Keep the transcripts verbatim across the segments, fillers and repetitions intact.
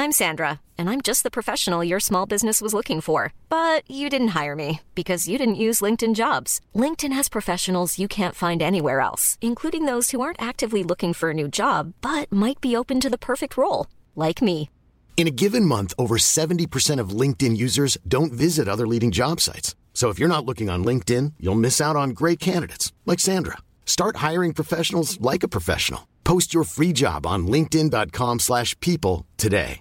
I'm Sandra, and I'm just the professional your small business was looking for. But you didn't hire me because you didn't use LinkedIn Jobs. LinkedIn has professionals you can't find anywhere else, including those who aren't actively looking for a new job, but might be open to the perfect role, like me. In a given month, over seventy percent of LinkedIn users don't visit other leading job sites. So if you're not looking on LinkedIn, you'll miss out on great candidates like Sandra. Start hiring professionals like a professional. Post your free job on linkedin dot com slash people today.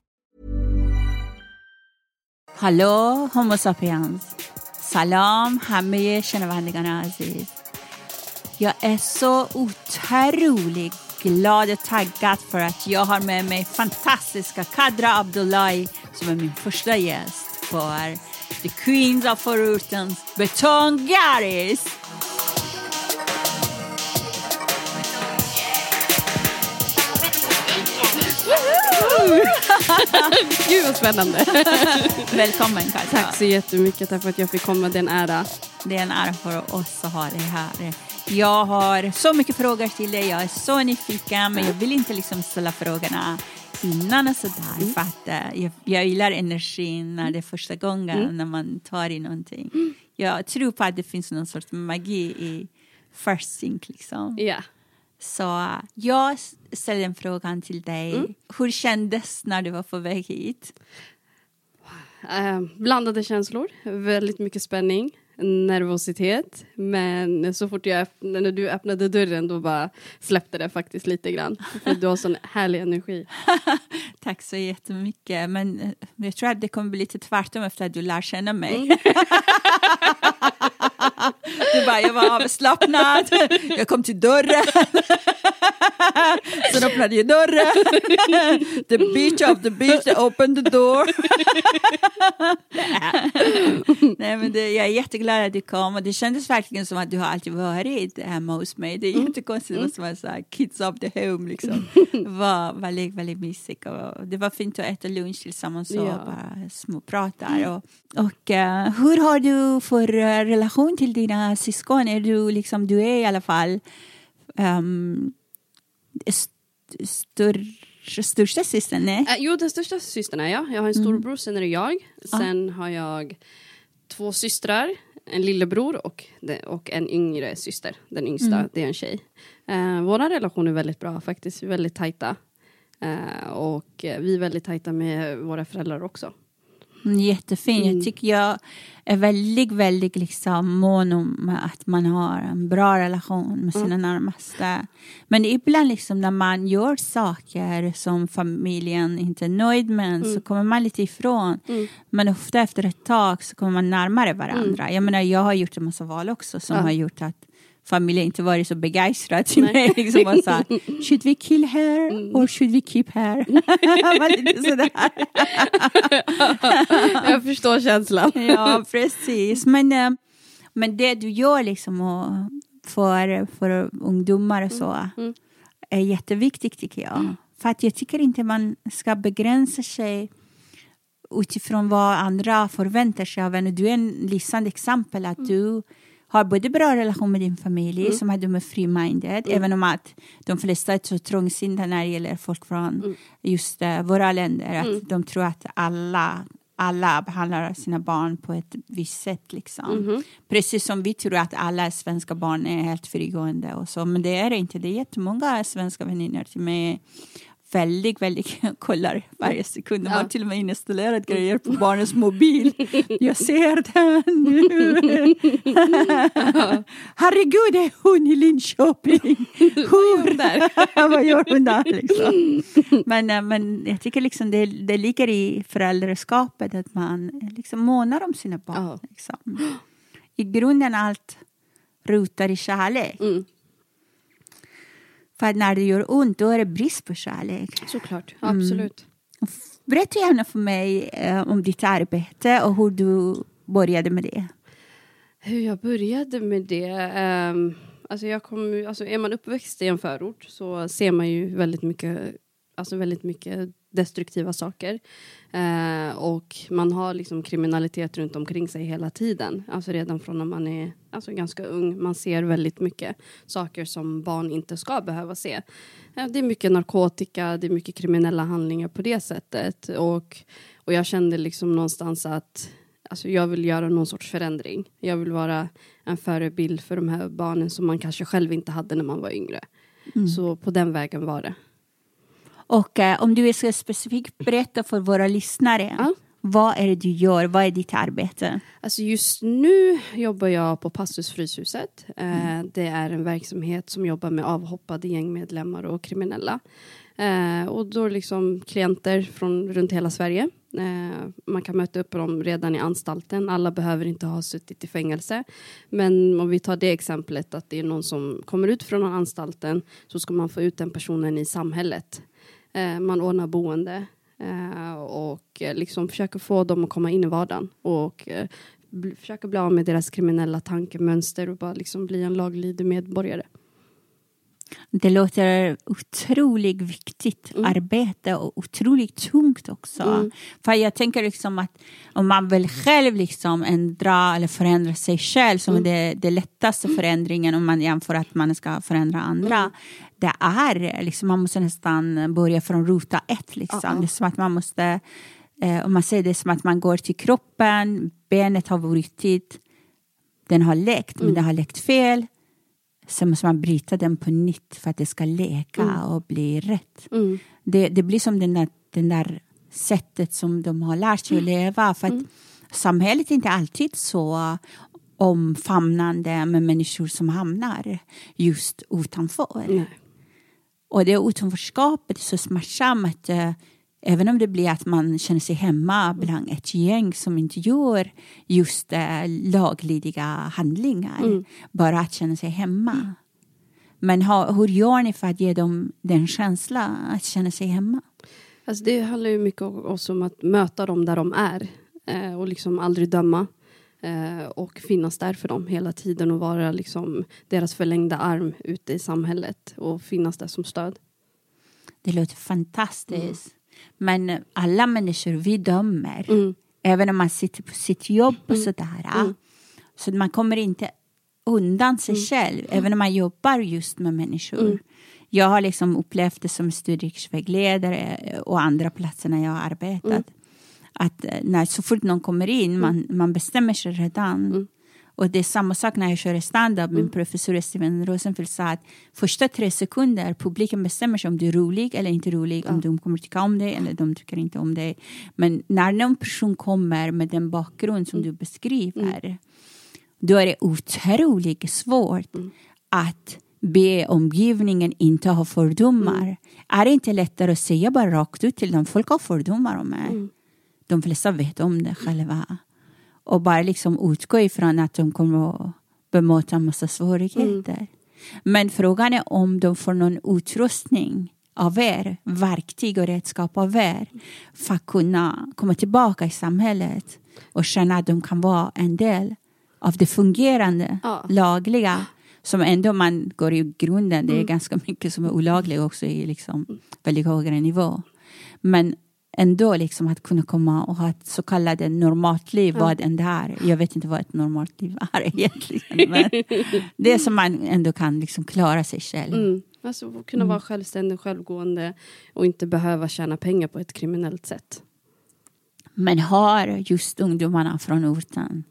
هالو هومو ساپینز. سلام همه شنوندگان عزیز. Jag är så otroligt glad och taggad för att jag har med mig fantastiska Kadra Abdullahi som är min första gäst för The Queens of förortens Betonggaris. Gud vad spännande. Välkommen Kadra. Tack så jättemycket för att jag fick komma, den ära. Det är en ära för oss att ha dig här. Jag har så mycket frågor till dig. Jag är så nyfiken, men jag vill inte liksom ställa frågorna innan och sådär. Mm. För att jag, jag gillar energin när det är första gången mm. när man tar i någonting. Mm. Jag tror på att det finns någon sorts magi i first sync liksom. Ja. Yeah. Så jag ställer en fråga till dig. Mm. Hur kändes när du var på väg hit? Uh, blandade känslor. Väldigt mycket spänning. Nervositet. Men så fort jag öppnade, när du öppnade dörren då bara släppte det faktiskt lite grann. För du har sån härlig energi. Tack så jättemycket. Men jag tror att det kommer bli lite tvärtom efter att du lär känna mig. Mm. Du bara, jag var avslappnad. Jag kom till dörren. Så öppnade jag dörren. The beach of the beach, they opened the door. Nej, men det, jag är jätteglad att du kom. Och det kändes verkligen som att du har alltid varit hemma hos mig. Det är mm. jättekonstigt. Det var som att säga kids of the home liksom. Det var väldigt, väldigt mysigt. Och det var fint att äta lunch tillsammans och ja. bara småprata. Och, och uh, hur har du för uh, relation till dina syskon? Är du liksom, du är i alla fall um, st- större största systern, nej? Uh, jo, den största systern är jag. Jag har en storbror, mm. sen är det jag. Sen ah. har jag två systrar, en lillebror och, och en yngre syster. Den yngsta, mm. det är en tjej. Uh, vår relation är väldigt bra faktiskt, väldigt tajta. Uh, och vi är väldigt tajta med våra föräldrar också. Jättefint. Mm. Jag tycker jag är väldigt, väldigt liksom mån om att man har en bra relation med sina mm. närmaste. Men ibland liksom när man gör saker som familjen inte är nöjd med mm. så kommer man lite ifrån. Mm. Men ofta efter ett tag så kommer man närmare varandra. Mm. Jag menar, jag har gjort en massa val också som ja. har gjort att familjen inte varit så begeistrad till Nej. mig. Liksom bara så här, should we kill her mm. or should we keep her? Lite sådär. Jag förstår känslan. Ja, precis. Men, men det du gör liksom för, för ungdomar och så mm. är jätteviktigt tycker jag. Mm. För att jag tycker inte man ska begränsa sig utifrån vad andra förväntar sig av en. Du är en lysande exempel att du har både bra relation med din familj mm. som är de är free-minded. Mm. Även om att de flesta är så trångsinta när det gäller folk från mm. just uh, våra länder. Att mm. de tror att alla, alla behandlar sina barn på ett visst sätt. Liksom. Mm. Precis som vi tror att alla svenska barn är helt frigående. Och så. Men det är det inte. Det är jättemånga svenska vänner till mig. Väldigt, väldigt kollar varje sekund. De har ja. till och med installerat grejer på barnens mobil. Jag ser den nu. Herregud, det är hon i Linköping. Hon där. Vad gör hon där liksom? Men, men jag tycker liksom det, det ligger i föräldraskapet att man liksom månar om sina barn. Ja. Liksom. I grunden allt rotar i kärlek. Mm. För när det gör ont, då är det brist på kärlek. Såklart, absolut. Mm. Berätta gärna för mig eh, om ditt arbete och hur du började med det. Hur jag började med det? Um, alltså jag kom, alltså är man uppväxt i en förort så ser man ju väldigt mycket, alltså väldigt mycket destruktiva saker. Eh, och man har liksom kriminalitet runt omkring sig hela tiden. Alltså redan från när man är alltså ganska ung. Man ser väldigt mycket saker som barn inte ska behöva se. Eh, det är mycket narkotika, det är mycket kriminella handlingar på det sättet. Och, och jag kände liksom någonstans att alltså jag vill göra någon sorts förändring. Jag vill vara en förebild för de här barnen som man kanske själv inte hade när man var yngre. Mm. Så på den vägen var det. Och eh, om du ska specifikt berätta för våra lyssnare. Ja. Vad är det du gör? Vad är ditt arbete? Alltså just nu jobbar jag på Pastusfryshuset. Mm. Eh, det är en verksamhet som jobbar med avhoppade gängmedlemmar och kriminella. Eh, och då liksom klienter från runt hela Sverige. Eh, man kan möta upp dem redan i anstalten. Alla behöver inte ha suttit i fängelse. Men om vi tar det exemplet att det är någon som kommer ut från anstalten, så ska man få ut den personen i samhället. Eh, man ordnar boende eh, och eh, liksom försöker få dem att komma in i vardagen. Och eh, bl- försöka bli av med deras kriminella tankemönster och bara liksom bli en laglydig medborgare. Det låter otroligt viktigt mm. arbete och otroligt tungt också. Mm. För jag tänker liksom att om man vill själv liksom ändra eller förändra sig själv, som mm. det, det lättaste förändringen om man jämför att man ska förändra andra. Mm. Det är liksom, man måste nästan börja från ruta ett liksom. Uh-uh. Det är som att man måste, eh, om man säger det som att man går till kroppen, benet har brutit, den har läkt mm. men det har läkt fel. Så måste man bryta den på nytt för att det ska leka mm. och bli rätt. Mm. Det, det blir som den där, den där sättet som de har lärt sig att leva. För att mm. samhället är inte alltid så omfamnande med människor som hamnar just utanför. Mm. Och det utanförskapet är så smärtsamt att äh, även om det blir att man känner sig hemma bland ett gäng som inte gör just äh, laglydiga handlingar. Mm. Bara att känna sig hemma. Mm. Men ha, hur gör ni för att ge dem den känslan att känna sig hemma? Alltså det handlar ju mycket också om att möta dem där de är. Eh, och liksom aldrig döma. Eh, och finnas där för dem hela tiden. Och vara liksom deras förlängda arm ute i samhället. Och finnas där som stöd. Det låter fantastiskt. Mm. Men alla människor vi dömer. Mm. Även om man sitter på sitt jobb och mm. sådär. Mm. Så man kommer inte undan sig mm. själv. Mm. Även om man jobbar just med människor. Mm. Jag har liksom upplevt det som studievägledare och andra platser när jag har arbetat. Mm. Att när, så fort någon kommer in, man, man bestämmer sig redan. Mm. Och det är samma sak när jag kör stand-up. Min mm. professor Steven Rosenfeld sa att första tre sekunder publiken bestämmer sig om du är rolig eller inte rolig. Ja. Om de kommer tycka om dig eller de tycker inte om dig. Men när någon person kommer med den bakgrund som mm. du beskriver. Mm. Då är det otroligt svårt mm. att be omgivningen inte ha fördomar. Mm. Är det inte lättare att säga bara rakt ut till dem. Folk har fördomar om mig. Mm. De flesta vet om det själva. Och bara liksom utgå ifrån att de kommer att bemöta en massa svårigheter. Mm. Men frågan är om de får någon utrustning av er. Verktyg och redskap av er. För att kunna komma tillbaka i samhället. Och känna att de kan vara en del av det fungerande, ja. lagliga. Som ändå man går i grunden. Det är mm. ganska mycket som är olagligt också i liksom väldigt högre nivå. Men ändå liksom att kunna komma och ha ett så kallat normalt liv. Ja. Vad än det är. Jag vet inte vad ett normalt liv är egentligen. Men det är som man ändå kan liksom klara sig själv. Mm. Alltså kunna mm. vara självständig, självgående. Och inte behöva tjäna pengar på ett kriminellt sätt. Men har just ungdomarna från orten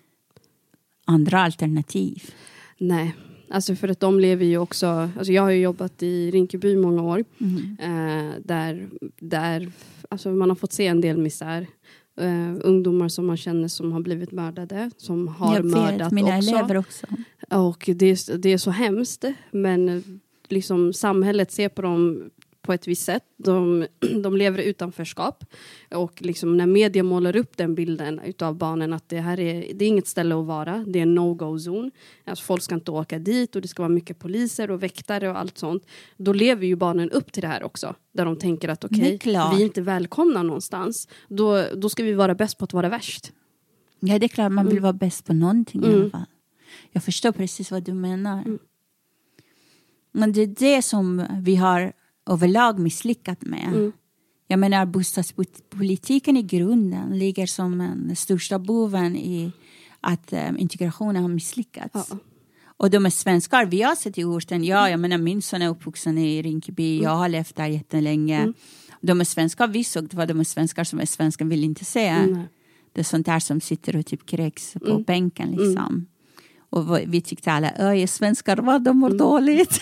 andra alternativ? Nej. Alltså för att de lever ju också... Alltså jag har ju jobbat i Rinkeby många år. Mm. Eh, där där alltså man har fått se en del misär. Uh, ungdomar som man känner som har blivit mördade. Som har jag mördat vet, mina också. Elever också. Och det är, det är så hemskt. Men liksom samhället ser på dem på ett visst sätt. De, de lever i utanförskap. Och liksom när media målar upp den bilden utav barnen att det här är, det är inget ställe att vara. Det är en no-go-zon. Alltså folk ska inte åka dit och det ska vara mycket poliser och väktare och allt sånt. Då lever ju barnen upp till det här också. Där de tänker att okej, okay, vi är inte välkomna någonstans. Då, då ska vi vara bäst på att vara värst. Ja, det är klart man vill mm. vara bäst på någonting mm. i alla fall. Jag förstår precis vad du menar. Mm. Men det är det som vi har överlag misslyckat med. Mm. Jag menar, bostadspolitiken i grunden ligger som en största boven i att um, integrationen har misslyckats. Ja. Och de är svenskar, vi har sett i orten, ja, jag menar, min son är uppvuxen i Rinkeby, mm. jag har levt där jättelänge. Mm. De är svenskar, vi såg vad de är svenskar som är svenskar vill inte se. Mm. Det är sånt där som sitter och typ kräks på mm. bänken liksom. Mm. Och vi tyckte alla, öj, svenskar, vad de mår mm. dåligt.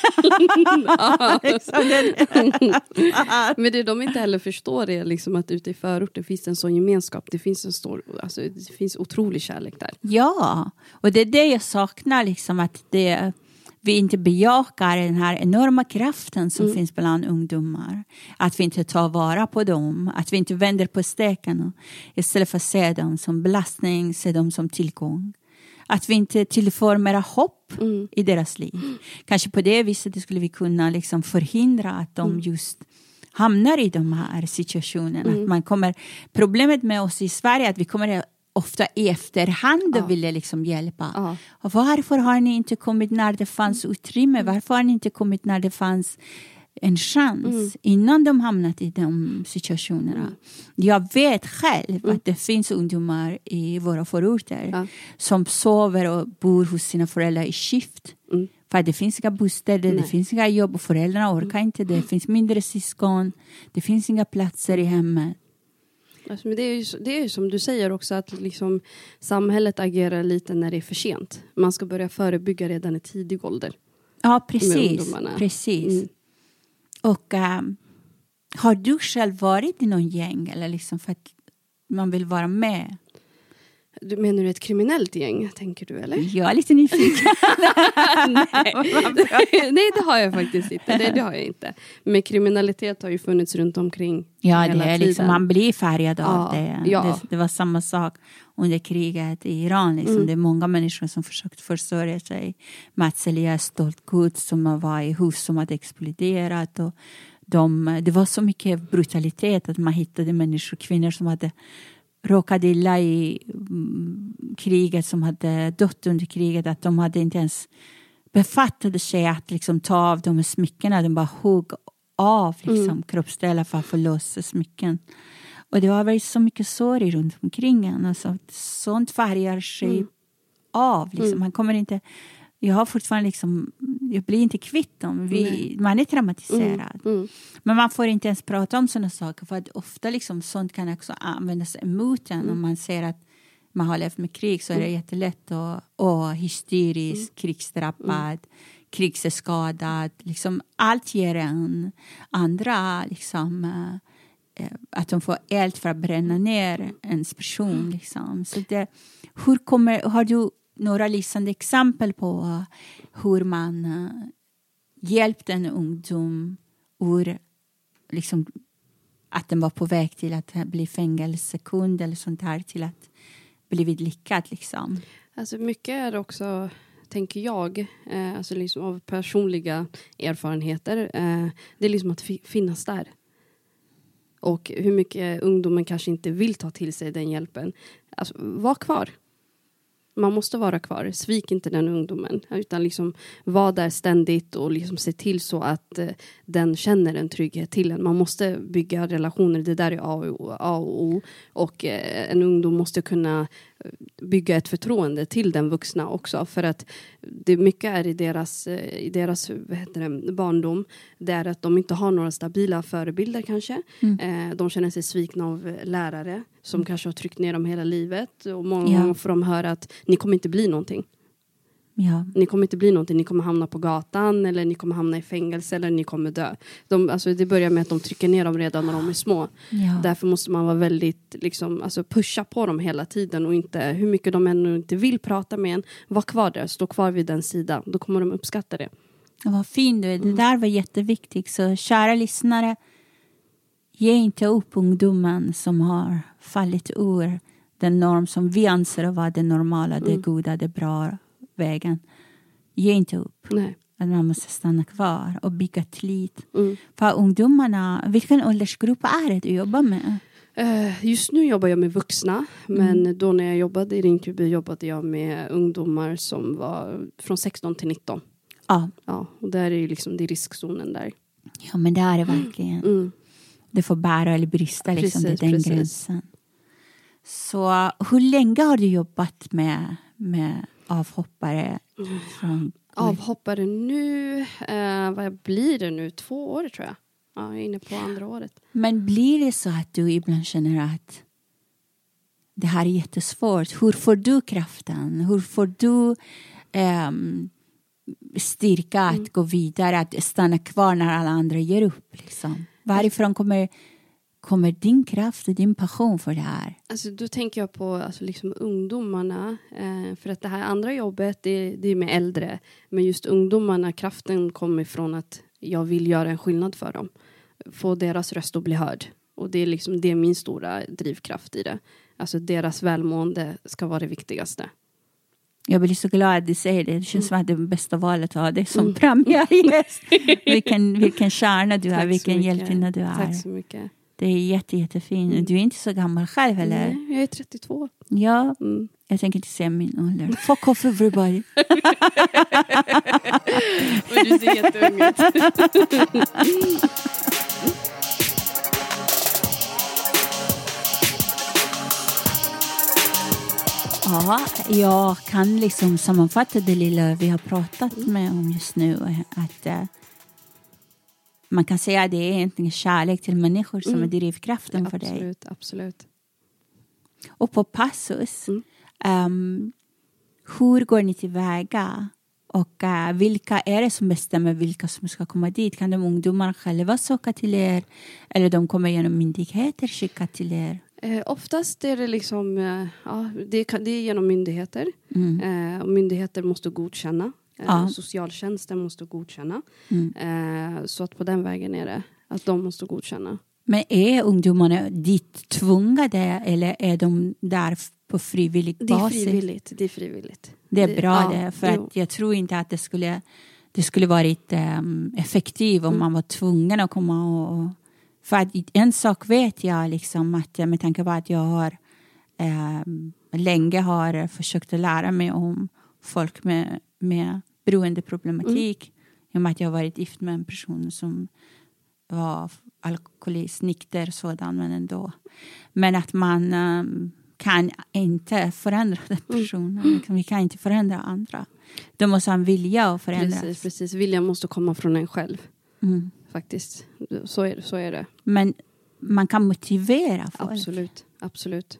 Men det de inte heller förstår är liksom att ute i förorten finns en sån gemenskap. Det finns en stor, alltså det finns otrolig kärlek där. Ja, och det är det jag saknar liksom, att det, vi inte bejakar den här enorma kraften som mm. finns bland ungdomar. Att vi inte tar vara på dem. Att vi inte vänder på steken. Istället för att se dem som belastning, se dem som tillgång. Att vi inte tillför mera hopp mm. i deras liv. Mm. Kanske på det viset skulle vi kunna liksom förhindra att de mm. just hamnar i de här situationerna. Mm. Att man kommer, problemet med oss i Sverige är att vi kommer ofta i efterhand och ja. vill liksom hjälpa. Ja. Och varför har ni inte kommit när det fanns utrymme? Varför har ni inte kommit när det fanns en chans mm. innan de hamnat i de situationerna. Mm. Jag vet själv mm. att det finns ungdomar i våra förorter ja. som sover och bor hos sina föräldrar i skift. Mm. För det finns inga bostäder, Nej. det finns inga jobb och föräldrarna orkar inte. Det finns mindre syskon, det finns inga platser i hemmet. Alltså, men det är ju, det är ju som du säger också att liksom, samhället agerar lite när det är för sent. Man ska börja förebygga redan i tidig ålder. Ja, precis. precis. Mm. Och um, har du själv varit i någon gäng eller liksom för att man vill vara med? Du menar du ett kriminellt gäng, tänker du, eller? Jag är lite nyfiken. Nej. Nej, det har jag faktiskt inte. Det, det har jag inte. Men kriminalitet har ju funnits runt omkring. Ja, hela det är tiden. liksom, man blir färgad av ja, det. Ja. det. Det var samma sak under kriget i Iran. Liksom. Mm. Det är många människor som försökt försörja sig med att sälja stolt gods som var i hus som hade exploderat. Och de, det var så mycket brutalitet att man hittade människor, kvinnor som hade råkade illa i kriget, som hade dött under kriget, att de hade inte ens befattade sig att liksom ta av de smyckena. De bara hugg av liksom, mm. kroppsdelar för att få loss smycken. Och det var väl så mycket sorg runt omkring en. Alltså, sånt färgar sig mm. av. Liksom. Mm. Man kommer inte... Jag har fortfarande liksom... Jag blir inte kvitt dem. Vi, man är traumatiserad. Mm. Mm. Men man får inte ens prata om sådana saker. För att ofta liksom, sånt kan också användas emot en. Mm. Om man ser att man har levt med krig så är det mm. jättelätt att vara hysterisk, mm. krigsdrabbad, mm. krigsskadad. Liksom, allt ger en andra... Liksom, äh, att de får eld för att bränna ner ens person. Liksom. Så det, hur kommer... Har du några lysande exempel på hur man uh, hjälpte en ungdom ur liksom, att den var på väg till att bli fängelsekund eller sånt här till att blivit lyckad liksom? Alltså mycket är också, tänker jag, eh, alltså liksom av personliga erfarenheter, eh, det är liksom att f- finnas där. Och hur mycket ungdomen kanske inte vill ta till sig den hjälpen. Alltså, var kvar. Man måste vara kvar. Svik inte den ungdomen. Utan liksom var där ständigt och liksom se till så att eh, den känner en trygghet till en. Man måste bygga relationer. Det där är A och, A och O. Och eh, en ungdom måste kunna bygga ett förtroende till den vuxna också. För att det mycket är i deras, i deras vad heter det, barndom. Det är att de inte har några stabila förebilder kanske. Mm. Eh, de känner sig svikna av lärare som mm. kanske har tryckt ner dem hela livet. Och många ja. gånger får de höra att ni kommer inte bli någonting. Ja. Ni kommer inte bli någonting. Ni kommer hamna på gatan eller ni kommer hamna i fängelse eller ni kommer dö. De, alltså det börjar med att de trycker ner dem redan när de är små. Ja. Därför måste man vara väldigt liksom, alltså pusha på dem hela tiden och inte, hur mycket de ännu inte vill prata med en, var kvar där, stå kvar vid den sidan. Då kommer de uppskatta det. Ja, vad fint du är. Det där var jätteviktigt. Så kära lyssnare, ge inte upp ungdomen som har fallit ur den norm som vi anser vara det normala, mm. det goda, det bra vägen. Ge inte upp. Nej. Att man måste stanna kvar och bygga tillit. Mm. För ungdomarna, vilken åldersgrupp är det du jobbar med? Uh, just nu jobbar jag med vuxna. Men mm. då när jag jobbade i Rinkeby jobbade jag med ungdomar som var från sexton till nitton. Ja. Ja, och där är ju liksom det är riskzonen där. Ja, men det är det verkligen. Mm. det får bära eller brista liksom, Precis, det är den precis. gränsen. Så hur länge har du jobbat med, med avhoppare? Från... Avhoppare nu, eh, vad blir det nu? Två år tror jag. Ja, jag är inne på andra året. Men blir det så att du ibland känner att det här är jättesvårt? Hur får du kraften? Hur får du um, styrka att mm. gå vidare? Att stanna kvar när alla andra ger upp? Liksom? Varifrån kommer, kommer din kraft och din passion för det här? Alltså, då tänker jag på alltså, liksom ungdomarna. Eh, för att det här andra jobbet, det, det är med äldre. Men just ungdomarna, kraften kommer ifrån att jag vill göra en skillnad för dem. Få deras röst att bli hörd. Och det är, liksom, det är min stora drivkraft i det. Alltså deras välmående ska vara det viktigaste. Jag blir så glad att du säger det. Det känns mm. som att det är bästa valet att ha det som mm. premiärgäst. vilken, vilken kärna du är, vilken hjältinna du är. Tack så mycket. Det är jätte, jättefint. Mm. Du är inte så gammal själv, eller? Nej, jag är trettiotvå. Ja, mm. jag tänker inte säga min ålder. Fuck off everybody. Men du ser jätteung ut. Ja, jag kan liksom sammanfatta det lilla vi har pratat med om just nu. Att uh, man kan säga att det är egentligen kärlek till människor som mm. är drivkraften ja, för dig. Absolut, absolut. Och på Passus, mm. um, hur går ni tillväga? Och uh, vilka är det som bestämmer vilka som ska komma dit? Kan de ungdomar själva söka till er? Eller de kommer genom myndigheter skicka till er? Eh, oftast är det liksom, eh, ja, det, kan, det är genom myndigheter. Mm. Eh, och myndigheter måste godkänna. Eh, ja. Socialtjänsten måste godkänna. Mm. Eh, så att på den vägen är det att de måste godkänna. Men är ungdomarna dit tvungade eller är de där på frivillig basis? Det är frivilligt. Det är frivilligt. Det är bra det, det. För jo. att jag tror inte att det skulle, det skulle varit um, effektivt om mm. man var tvungen att komma och... För att en sak vet jag liksom att med tanke på att jag har eh, länge har försökt att lära mig om folk med, med beroendeproblematik. Mm. I och med att jag har varit gift med en person som var alkoholist, nykter sådan, men ändå. Men att man eh, kan inte förändra den personen. Mm. Liksom, vi kan inte förändra andra. De måste ha en vilja att förändras. Precis, precis. Viljan måste komma från en själv. Mm. Faktiskt. Så är, så är det. Men man kan motivera folk. Absolut, absolut.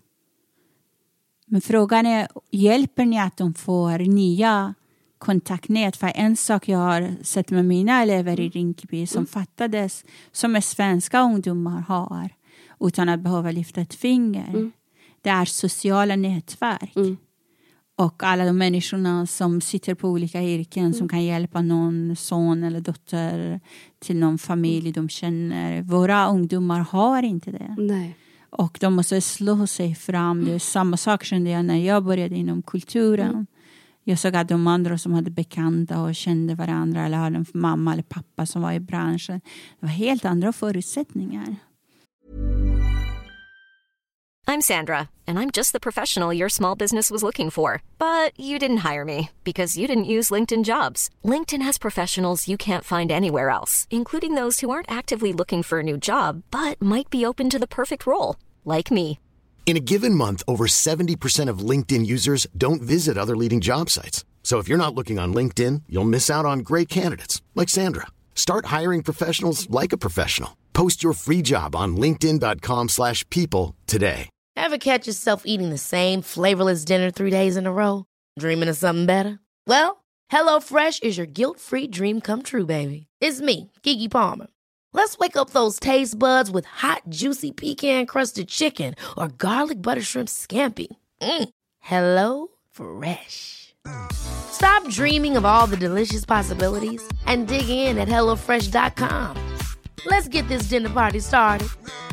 Men frågan är, hjälper ni att de får nya kontaktnät? För en sak jag har sett med mina elever i Rinkeby som mm. fattades, som är svenska ungdomar har, utan att behöva lyfta ett finger. Mm. Det är sociala nätverk. Mm. Och alla de människorna som sitter på olika yrken mm. som kan hjälpa någon son eller dotter till någon familj de känner. Våra ungdomar har inte det. Nej. Och de måste slå sig fram. Det är samma sak kände jag när jag började inom kulturen. Mm. Jag såg att de andra som hade bekanta och kände varandra eller hade en mamma eller pappa som var i branschen. Det var helt andra förutsättningar. I'm Sandra, and I'm just the professional your small business was looking for. But you didn't hire me because you didn't use LinkedIn Jobs. LinkedIn has professionals you can't find anywhere else, including those who aren't actively looking for a new job, but might be open to the perfect role, like me. In a given month, over seventy percent of LinkedIn users don't visit other leading job sites. So if you're not looking on LinkedIn, you'll miss out on great candidates like Sandra. Start hiring professionals like a professional. Post your free job on linkedin dot com slash people today. Ever catch yourself eating the same flavorless dinner three days in a row? Dreaming of something better? Well, HelloFresh is your guilt-free dream come true, baby. It's me, Keke Palmer. Let's wake up those taste buds with hot, juicy pecan-crusted chicken or garlic butter shrimp scampi. Mm. Hello Fresh. Stop dreaming of all the delicious possibilities and dig in at hello fresh dot com. Let's get this dinner party started.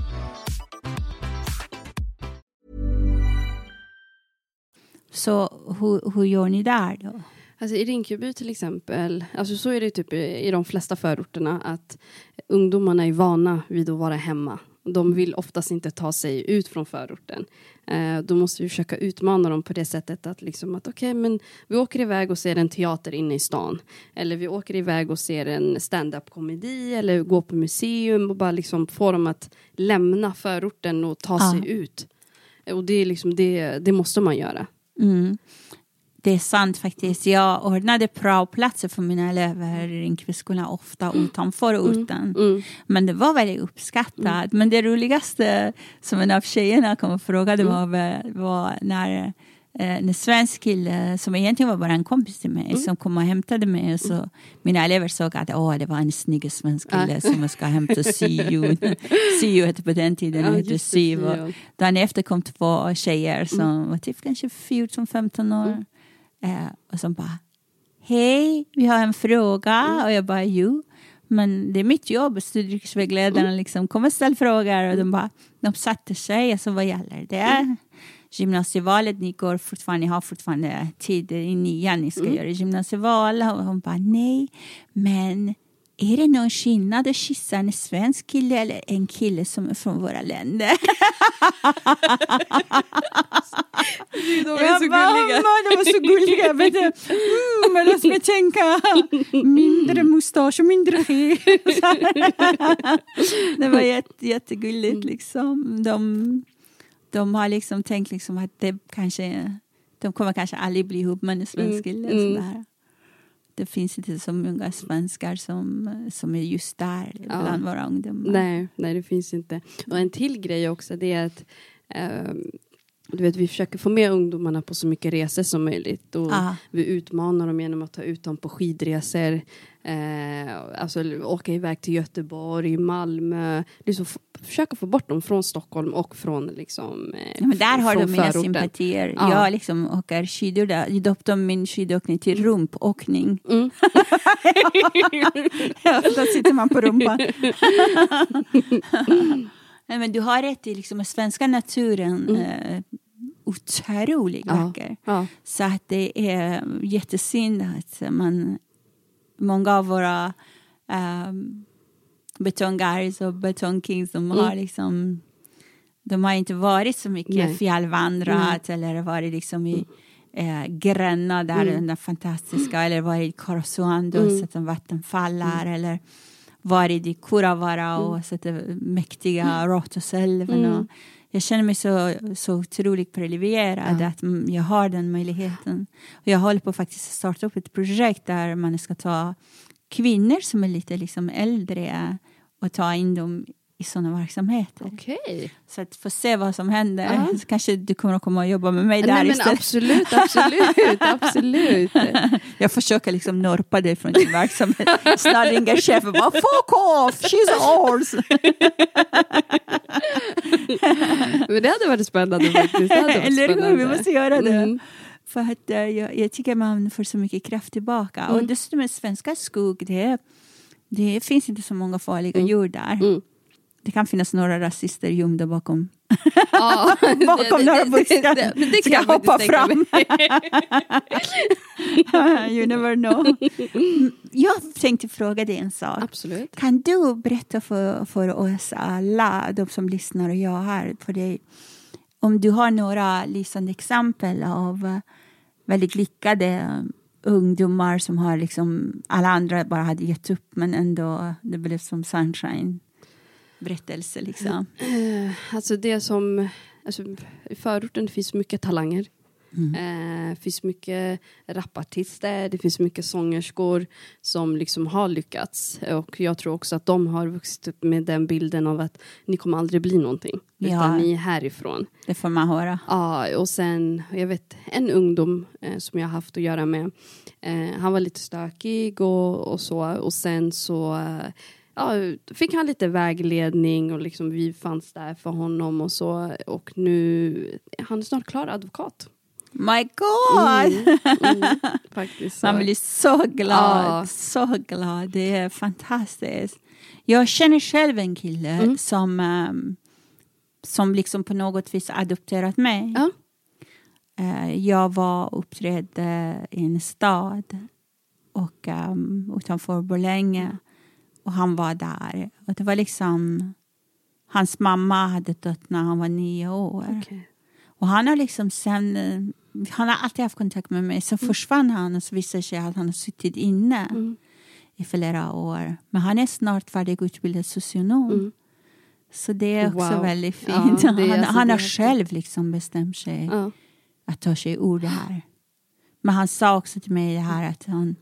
Så hur, hur gör ni där då? Alltså i Rinkeby till exempel, alltså så är det typ i, i de flesta förorterna att ungdomarna är vana vid att vara hemma. De vill oftast inte ta sig ut från förorten. Eh, då måste vi försöka utmana dem på det sättet att liksom att okej, okay, men vi åker iväg och ser en teater inne i stan. Eller vi åker iväg och ser en stand-up-komedi eller går på museum och bara liksom får dem att lämna förorten och ta ja. sig ut. Och det är liksom det, det måste man göra. Mm. Det är sant faktiskt. Jag ordnade praoplatser för mina elever i Rinkeby-skolan ofta utanför orten. Mm. Mm. Men det var väldigt uppskattat. Mm. Men det roligaste som en av tjejerna kom och frågade mm. var, var när en svensk kille som egentligen var bara en kompis till mig mm. som kom och hämtade mig. Och så mina elever såg att åh, det var en snygg svensk kille som jag ska hämta Syo. Syo hette på den tiden. Ja, hette Syo. Dagen efter kom två tjejer som mm. var typ kanske fjorton femton år. Mm. Eh, och som bara, hej, vi har en fråga. Mm. Och jag bara, jo, men det är mitt jobb. Studievägledarna mm. liksom kommer ställa frågor. Och de bara, de satte sig. Alltså, vad gäller det? Mm. Gymnasievalet, ni går fortfarande, ni har fortfarande tid i nian. Ni ska mm. göra gymnasieval. Och hon bara, nej, men är det någon skillnad att kyssa en svensk kille eller en kille som är från våra länder? De är jag så bara, gulliga. De var så gulliga. Jag vet, mm, men låt mig tänka. Mindre mustasch och mindre hår. Det var jätte, jättegulligt. Liksom. De, de har liksom tänkt liksom att det kanske, de kommer kanske aldrig bli ihop med en svensk kille. Mm. Sådär. Det finns inte så många svenskar som, som är just där ja. bland våra ungdomar. Nej, nej, det finns inte. Och en till grej också, det är att eh, du vet, vi försöker få med ungdomarna på så mycket resor som möjligt. Och ah. vi utmanar dem genom att ta ut dem på skidresor. Eh, alltså åka iväg till Göteborg, Malmö. Liksom f- försöka få bort dem från Stockholm och från liksom eh, ja, men där har de mina förorten. sympatier. Ja. Jag liksom åker skidor där. Jag döpte min skidåkning till rumpåkning. Mm. Ja, då sitter man på rumpan. Nej, men du har rätt i liksom svenska naturen mm. eh, otroligt vacker. Ja, ja. Så att det är jättesynd att man många av våra eh, betongguys och betongkings de mm. har liksom de har inte varit så mycket Nej. fjällvandrat mm. eller varit liksom i eh, Gränna där mm. den där fantastiska eller varit i Karesuando och mm. sett en vattenfallar mm. eller varit i Kuravara och mm. sett mäktiga mm. Rotosälven. Mm. Jag känner mig så, så otroligt privilegierad ja. att jag har den möjligheten. Och jag håller på faktiskt att starta upp ett projekt där man ska ta kvinnor som är lite liksom äldre och ta in dem i sådana verksamheter. Okay. Så att få se vad som händer. Uh-huh. Så kanske du kommer att komma och jobba med mig där Nej, men istället. Absolut, absolut, absolut. Jag försöker liksom norpa dig från din verksamhet. Snart ringer chefen och bara, fuck off, she's ours. Men det hade varit spännande faktiskt. Det hade varit Eller hur, spännande. vi måste göra det. Mm. För att uh, jag, jag tycker man får så mycket kraft tillbaka. Mm. Och dessutom med svenska skog, det, det finns inte så många farliga mm. djur där. Mm. Det kan finnas några rasister gömda bakom. Ja, bakom det, några buskar. Det, det, det ska jag hoppa fram. You never know. Jag tänkte fråga dig en sak. Absolut. Kan du berätta för, för oss alla, de som lyssnar och jag här, för dig, om du har några lysande exempel av väldigt lyckade ungdomar som har liksom, alla andra bara hade gett upp men ändå det blev som sunshine. Berättelse liksom. Uh, alltså det som alltså, i förorten finns mycket talanger. Mm. Uh, finns mycket rapartister, det finns mycket sångerskor som liksom har lyckats. Och jag tror också att de har vuxit upp med den bilden av att ni kommer aldrig bli någonting. Ja. Utan ni är härifrån. Det får man höra. Ja, uh, och sen, jag vet, en ungdom uh, som jag har haft att göra med. Uh, han var lite stökig och, och så. Och sen så uh, ja, fick han lite vägledning och liksom vi fanns där för honom och så. Och nu han är snart klar advokat. My God! Mm, mm, faktiskt så. Man blir så glad. Ja. Så glad. Det är fantastiskt. Jag känner själv en kille mm. som, um, som liksom på något vis adopterat mig. Ja. Uh, jag var uppträdde i en stad och um, utanför Borlänge. Och han var där. Och det var liksom... Hans mamma hade dött när han var nio år. Okay. Och han har liksom sen... Han har alltid haft kontakt med mig. Så mm. försvann han och så visade sig att han har suttit inne mm. i flera år. Men han är snart färdigutbildad socionom. Mm. Så det är också wow. väldigt fint. Ja, han alltså han har själv liksom bestämt sig ja. att ta sig ur det här. Men han sa också till mig det här att han...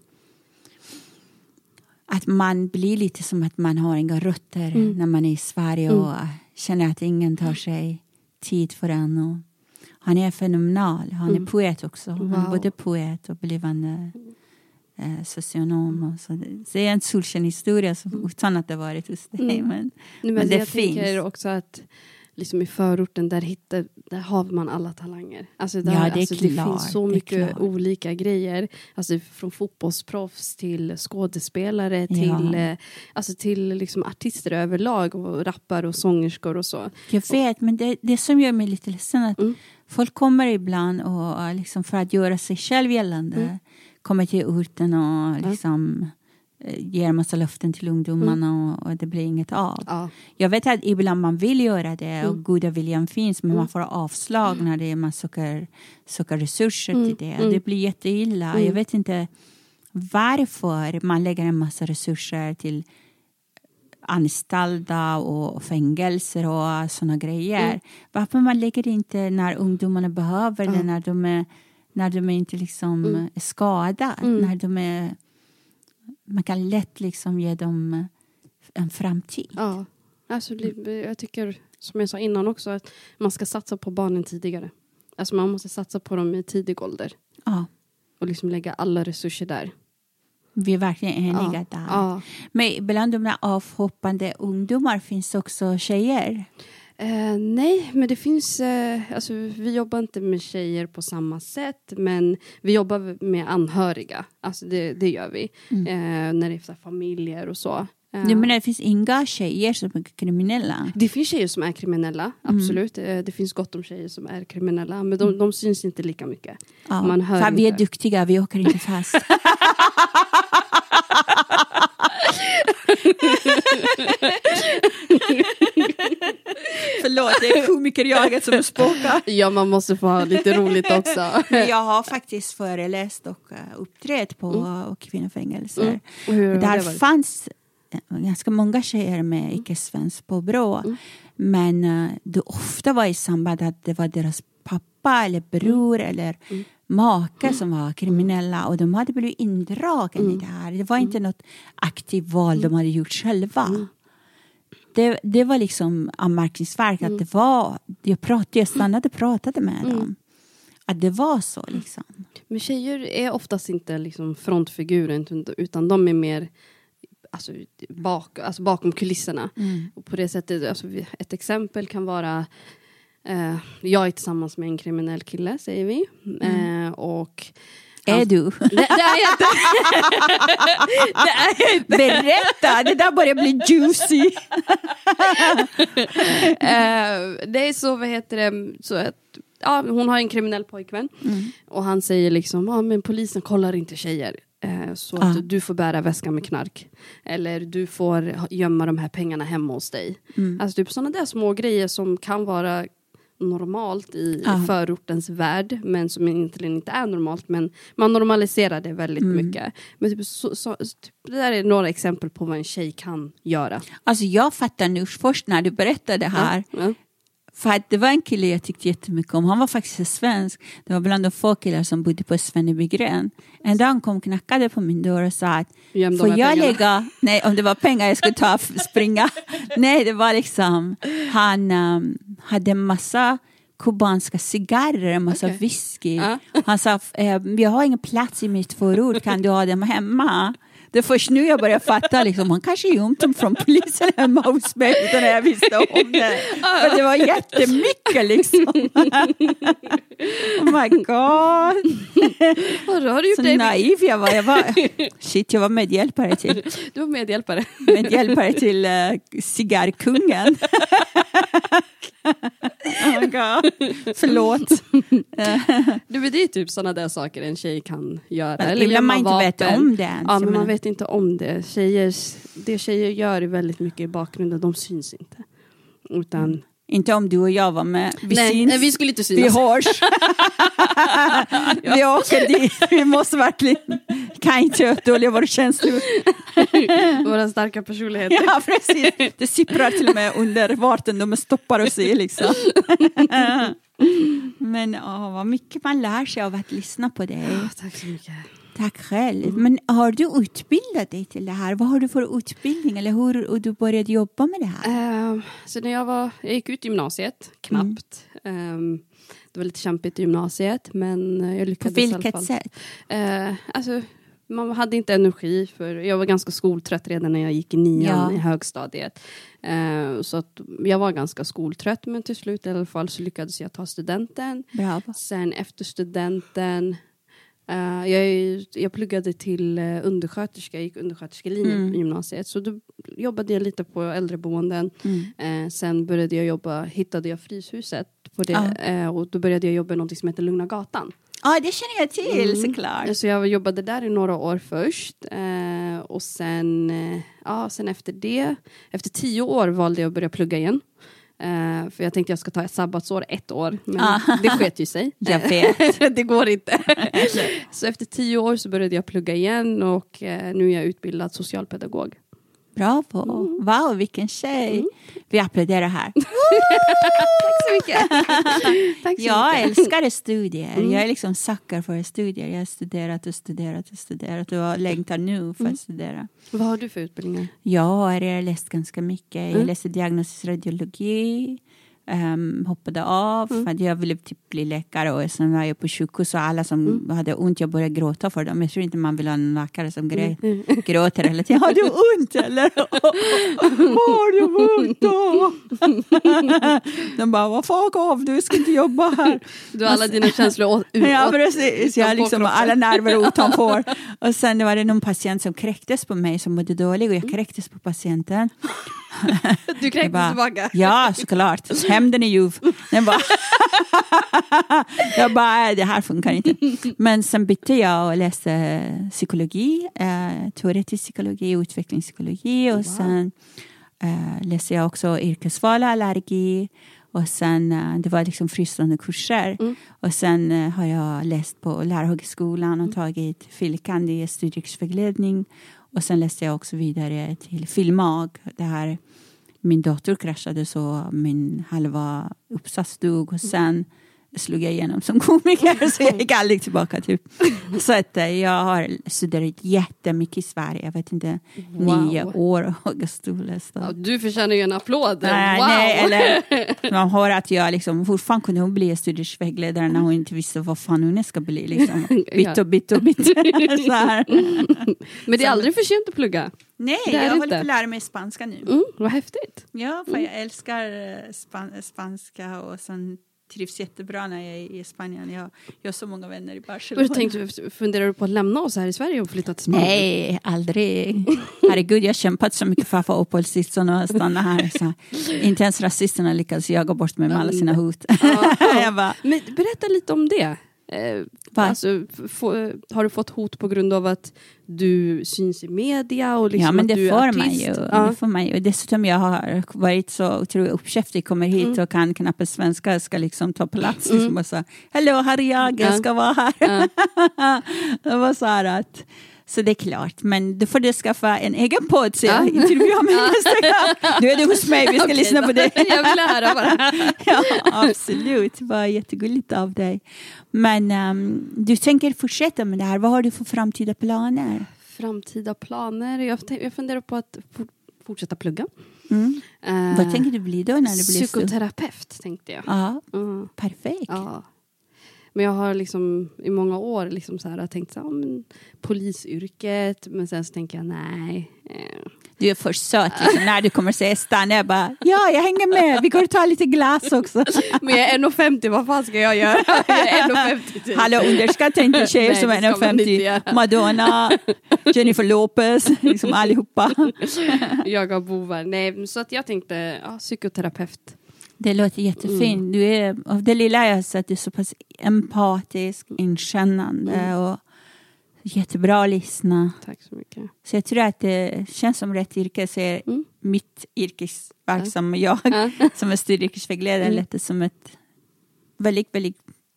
Att man blir lite som att man har inga rötter mm. när man är i Sverige mm. och känner att ingen tar sig tid för en. Och han är fenomenal. Han mm. är poet också. Wow. Han är både poet och blivande eh, socionom. Och så. Det är en solskenhistoria som utan att det varit hos dig. Mm. Men, men, men det jag finns. Jag tänker också att liksom i förorten där, hittar, där har man alla talanger. Alltså där, ja, det, alltså, det finns så mycket olika grejer. Alltså från fotbollsproffs till skådespelare till, ja. eh, alltså till liksom artister överlag och rappare och sångerskor och så. Jag vet, men det, det som gör mig lite ledsen att mm. folk kommer ibland och liksom för att göra sig själv gällande mm. kommer till orten och liksom... ger en massa löften till ungdomarna mm. och, och det blir inget av. Ja. Jag vet att ibland man vill göra det mm. och goda viljan finns men mm. man får avslag när det är man söker, söker resurser mm. till det. Mm. Det blir jätteilla. Mm. Jag vet inte varför man lägger en massa resurser till anställda och fängelser och såna grejer. Mm. Varför man lägger det inte när ungdomarna behöver mm. det, när de är, när de är inte liksom mm. är skadade, mm. när de är man kan lätt liksom ge dem en framtid. Ja, alltså jag tycker som jag sa innan också att man ska satsa på barnen tidigare. Alltså man måste satsa på dem i tidig ålder. Ja. Och liksom lägga alla resurser där. Vi är verkligen eniga ja. där. Ja. Men bland de här avhoppande ungdomar finns också tjejer. Eh, nej, men det finns, eh, alltså vi jobbar inte med tjejer på samma sätt, men vi jobbar med anhöriga, alltså det, det gör vi, mm. eh, när det är familjer och så. Eh. Nej, men det finns inga tjejer som är kriminella? Det finns tjejer som är kriminella, absolut. Mm. Eh, det finns gott om tjejer som är kriminella, men de, de syns inte lika mycket. Ja. Man hör inte. Vi är duktiga, vi åker inte fast. Förlåt, det är komikerjaget som spåkar. Ja, man måste få ha lite roligt också. Men jag har faktiskt föreläst och uppträtt på mm. kvinnofängelser. Mm. Och hur, där det fanns ganska många tjejer med mm. icke-svensk påbrå. Mm. Men uh, det ofta var i samband att det var deras pappa eller bror mm. eller mm. maka mm. som var kriminella och de hade blivit indragen mm. i det här. Det var inte mm. något aktivt val de hade gjort själva. Mm. Det, det var liksom anmärkningsvärt mm. att det var, jag pratade, jag stannade och pratade med mm. dem. Att det var så liksom. Men tjejer är oftast inte liksom frontfiguren utan de är mer alltså, bak, alltså bakom kulisserna. Mm. Och på det sättet, alltså, ett exempel kan vara Uh, jag är tillsammans med en kriminell kille, säger vi. Mm. Uh, och är han, du? Det, det är jag inte. Det är jag inte. Berätta, det där börjar bli juicy. uh, det är så, vad heter det, så att ja, hon har en kriminell pojkvän. Mm. Och han säger liksom, ja men polisen kollar inte tjejer. Så att ah. du får bära väskan med knark. Eller du får gömma de här pengarna hemma hos dig. Mm. Alltså typ sådana där små grejer som kan vara normalt i ah. förortens värld. Men som egentligen inte är normalt. Men man normaliserar det väldigt mm. mycket. Men typ, så, så, typ, det där är några exempel på vad en tjej kan göra. Alltså jag fattar nu först när du berättade det här. Ja. Ja. För att det var en kille jag tyckte jättemycket om. Han var faktiskt svensk. Det var bland de få killar som bodde på Svennebygren. En dag han kom och knackade på min dörr och sa att får jag pengarna? lägga... Nej, om det var pengar jag skulle ta springa. Nej, det var liksom... Han um, hade en massa kubanska cigarrer, en massa okay. whisky. Uh. Han sa, jag har ingen plats i mitt förord. Kan du ha dem hemma? Det är först nu jag börjar fatta liksom, han kanske gömt dem från polisen hemma hos mig utan jag visste om det. För det var jättemycket liksom. Oh my god. Har du gjort så det? naiv jag var. jag var. Shit, jag var medhjälpare till. Du var medhjälpare. Medhjälpare till uh, cigarrkungen. Oh my god. Förlåt. Du vet, det är typ sådana där saker en tjej kan göra. Eller ibland man inte vapen. vet om det. Ja, men man vet inte om det. Tjejer, det tjejer gör är väldigt mycket i bakgrunden. De syns inte. Utan... Inte om du och jag var med. Vi Nej, syns. vi skulle inte synas. Vi hörs. Vi åker dit. Vi måste verkligen... Kan inte dölja våra känslor. Våra starka personligheter. Ja, precis. Det sipprar till och med under varten de stoppar oss i liksom. Men åh, vad mycket man lär sig av att lyssna på dig. Ja, tack så mycket. Tack själv. Men har du utbildat dig till det här? Vad har du för utbildning? Eller hur och du började jobba med det här? Uh, så när jag var, jag gick ut gymnasiet, knappt. Mm. Um, det var lite kämpigt i gymnasiet, men jag lyckades i alla fall. På vilket sätt? Uh, alltså, man hade inte energi, för jag var ganska skoltrött redan när jag gick i nian, ja, i högstadiet. Uh, så att jag var ganska skoltrött, men till slut i alla fall så lyckades jag ta studenten. Bravo. Sen efter studenten... Uh, jag, jag pluggade till uh, undersköterska, jag gick undersköterskelinjen mm. i gymnasiet. Så då jobbade jag lite på äldreboenden. Mm. Uh, sen började jag jobba, hittade jag Fryshuset på det. Uh. Uh, och då började jag jobba i något som heter Lugna Gatan. Ja, det känner jag till, mm. såklart. Så jag jobbade där i några år först. Uh, och sen, uh, ja, sen efter det, efter tio år valde jag att börja plugga igen. Uh, för jag tänkte jag ska ta ett sabbatsår ett år. Men ah. det sket ju sig. Jag vet. Det går inte. Så efter tio år så började jag plugga igen. Och uh, nu är jag utbildad socialpedagog. Bravo. Mm. Wow, vilken tjej. Mm. Vi applåderar här. Tack så mycket. Tack så jag mycket. älskar studier. Mm. Jag är liksom suckar för studier. Jag har studerat och studerat och studerat. Och längtar nu för att studera. Vad har du för utbildningar? Jag har läst ganska mycket. Jag mm. läste diagnostisk radiologi. Um, hoppade av mm. för att jag ville typ bli läkare, och sen var jag på sjukhus och alla som mm. hade ont, jag började gråta för dem. Jag tror inte man vill ha en läkare som grä- mm. gråter hela tiden. Har du ont eller? Har du ont då? De bara, vad fuck av, du ska inte jobba här. Du har alla dina känslor ut. Ja, precis. Jag liksom alla nerver utanför. Och sen var det någon patient som kräktes på mig som mådde dålig, och jag kräktes på patienten. Du kräktes bara, tillbaka. Ja, såklart. Hämnden är ljuv. Jag bara, jag bara, det här funkar inte. Men sen bytte jag och läste psykologi, eh, teoretisk psykologi, utvecklingspsykologi, och wow. sen eh, läste jag också yrkesval, allergi, och sen eh, det var liksom fristående kurser. Mm. Och sen eh, har jag läst på Lärarhögskolan och tagit filkand i studievägledning. Och sen läste jag också vidare till filmag. Det här, min dotter kraschade så min halva uppsats dog. Och sen slog jag igenom som komiker. Så jag gick aldrig tillbaka typ. Så att jag har studerat jättemycket i Sverige. Jag vet inte, wow. nio år. Ja, du förtjänar ju en applåd. Nej, wow. nej, eller man hör att jag liksom, fortfarande kunde hon bli studievägledare när hon inte visste vad fan hon ska bli. Liksom. Bitt och bitt och bitt. Så här. Men det är aldrig för sent att plugga. Nej, jag håller på att lära mig spanska nu. Mm, vad häftigt. Ja, för jag älskar span- spanska, och sen trivs jättebra när jag är i Spanien. Jag, jag har så många vänner i Barcelona. Och tänkte, funderar du på att lämna oss här i Sverige och flytta till Spanien? Nej, aldrig. Herregud, jag har kämpat så mycket för att få uppehållstillstånd och stanna här. Så inte ens rasisterna lyckas jaga bort mig med alla sina hot. Ja, ja. bara, men berätta lite om det. Eh, alltså, få, har du fått hot på grund av att du syns i media och liksom, ja, men det att du får är artist? man ju. Ja. Det får man ju. Dessutom jag har varit så otroligt uppkäft. Jag kommer hit mm. och kan knappt svenska, ska liksom ta plats. Mm. Liksom och så, hello, här är jag, jag ska vara här. Ja. Det var så här att, så det är klart. Men då får du skaffa en egen podd, så jag intervjuar mig nästa gång. Nu är du hos mig, vi ska okay, lyssna då. På det. Jag vill höra bara. Ja, absolut. Det var jättegulligt av dig. Men um, du tänker fortsätta med det här. Vad har du för framtida planer? Framtida planer? Jag, jag funderar på att for, fortsätta plugga. Mm. Uh, Vad tänker du bli då när du blir psykoterapeut, så? Tänkte jag. Ja, uh. perfekt. Ja. Men jag har liksom i många år liksom så här tänkt så här, men, polisyrket, men sen så tänker jag nej. Eh. Du är för söt liksom. När du kommer säga stanna, jag bara, ja, jag hänger med. Vi går och tar lite glas också. Men jag är en komma femtio, vad fan ska jag göra? Jag är en komma femtio typ. Hallå, underskatta inte tjejer som är en komma femtio. Madonna, Jennifer Lopez, liksom allihopa. Jag har bovar. Nej, så att jag tänkte, ja, psykoterapeut. Det låter jättefint. Mm. Du är, av det lilla jag har sett, du är så pass empatisk, inkännande mm. och Jättebra att lyssna. Tack så mycket. Så jag tror att det känns som rätt yrke. Så är Mm. mitt yrkesverksam jag Ja. som är studieyrkesvägledare Mm. lite som ett väldigt, väldigt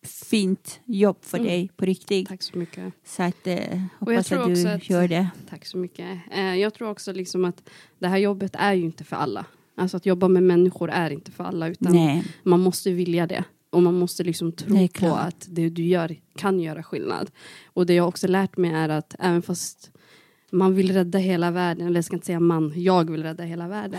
fint jobb för Mm. dig på riktigt. Tack så mycket. Så att, eh, jag hoppas tror att du också att- gör det. Tack så mycket. Eh, jag tror också liksom att det här jobbet är ju inte för alla. Alltså att jobba med människor är inte för alla. Utan Nej. man måste vilja det. Och man måste liksom Det tro är på klart. att det du gör kan göra skillnad. Och det jag också lärt mig är att även fast man vill rädda hela världen, eller jag ska inte säga man, jag vill rädda hela världen.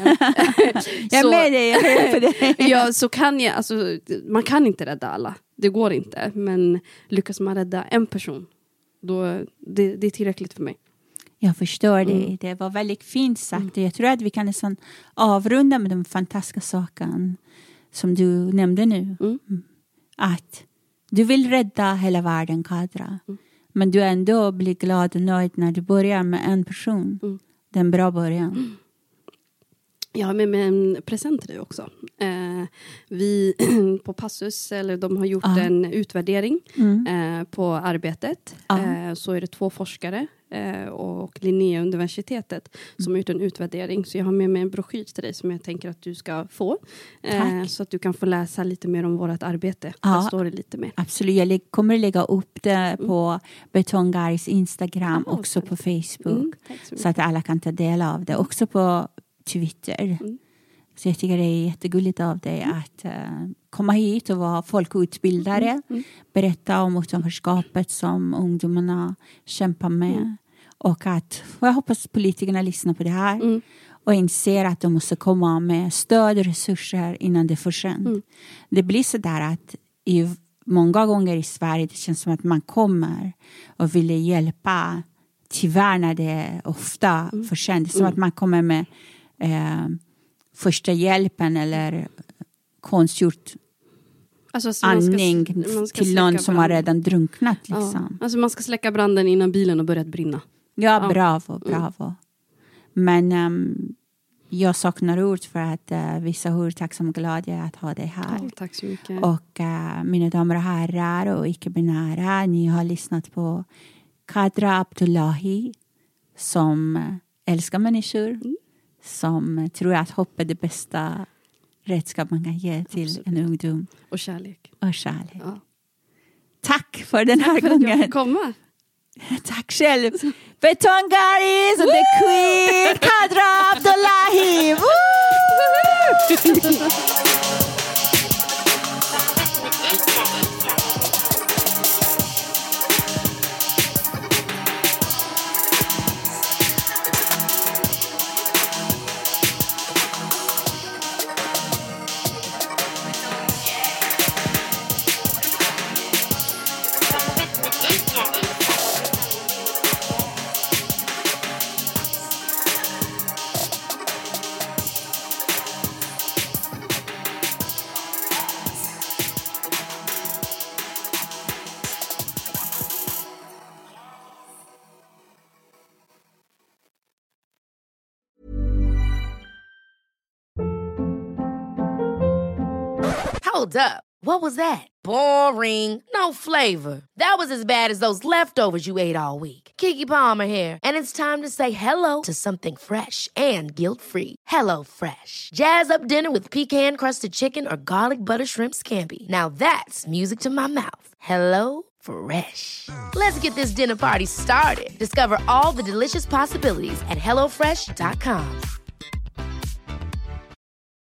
Jag är med dig, jag är på det. ja, så kan jag, alltså, man kan inte rädda alla. Det går inte. Men lyckas man rädda en person, då det, det är tillräckligt för mig. Jag förstår Mm. det. Det var väldigt fint sagt. Jag tror att vi kan nästan avrunda med de fantastiska sakerna som du nämnde nu. Mm. Att du vill rädda hela världen, Kadra. Mm. Men du ändå blir glad och nöjd när du börjar med en person. Mm. Det är en bra början. Jag har med mig en present till dig också. Eh, vi på Passus, eller de har gjort Ja. en utvärdering Mm. eh, på arbetet. Ja. Eh, så är det två forskare eh, och Linnéuniversitetet som har gjort en utvärdering. Så jag har med mig en broschyr till dig som jag tänker att du ska få. Eh, Tack. så att du kan få läsa lite mer om vårt arbete. Ja. Där står det lite mer. Absolut, jag lä- kommer lägga upp det på Betongaris Instagram, Ja, också på Facebook. Mm, tack så mycket. Så att alla kan ta del av det. Också på Twitter. Mm. Så jag tycker det är jättegulligt av dig att uh, komma hit och vara folkutbildare. Mm, mm. Berätta om utanförskapet som ungdomarna kämpar med. Mm. Och att, och jag hoppas politikerna lyssnar på det här. Mm. Och inser att de måste komma med stöd och resurser innan det är för sent. Mm. Det blir så där att i många gånger i Sverige det känns som att man kommer och vill hjälpa. Tyvärr när det är ofta för sent. Det är som Mm. att man kommer med eh, första hjälpen eller konstgjort Alltså, så man ska- andning man ska till någon släcka som har branden. redan drunknat. Ja. Liksom. Alltså man ska släcka branden innan bilen har börjat brinna. Ja, Ja. bravo, bravo. Men um, jag saknar ord för att uh, visa hur tacksam och glad jag är att ha dig här. Ja, tack så mycket. Och uh, mina damer och herrar och icke-binära, ni har lyssnat på Kadra Abdullahi som uh, älskar människor. Mm. Som uh, tror att hopp är det bästa redskap man kan ge till Absolut. en ungdom. Och kärlek. Och kärlek. Ja. Tack för den här För att jag gången. fick komma. Tack själv. Betongaris och the queen Kadra Abdullahi. Woo! Hold up. What was that? Boring. No flavor. That was as bad as those leftovers you ate all week. Keke Palmer here, and it's time to say hello to something fresh and guilt-free. Hello Fresh. Jazz up dinner with pecan-crusted chicken or garlic butter shrimp scampi. Now that's music to my mouth. Hello Fresh. Let's get this dinner party started. Discover all the delicious possibilities at hello fresh dot com.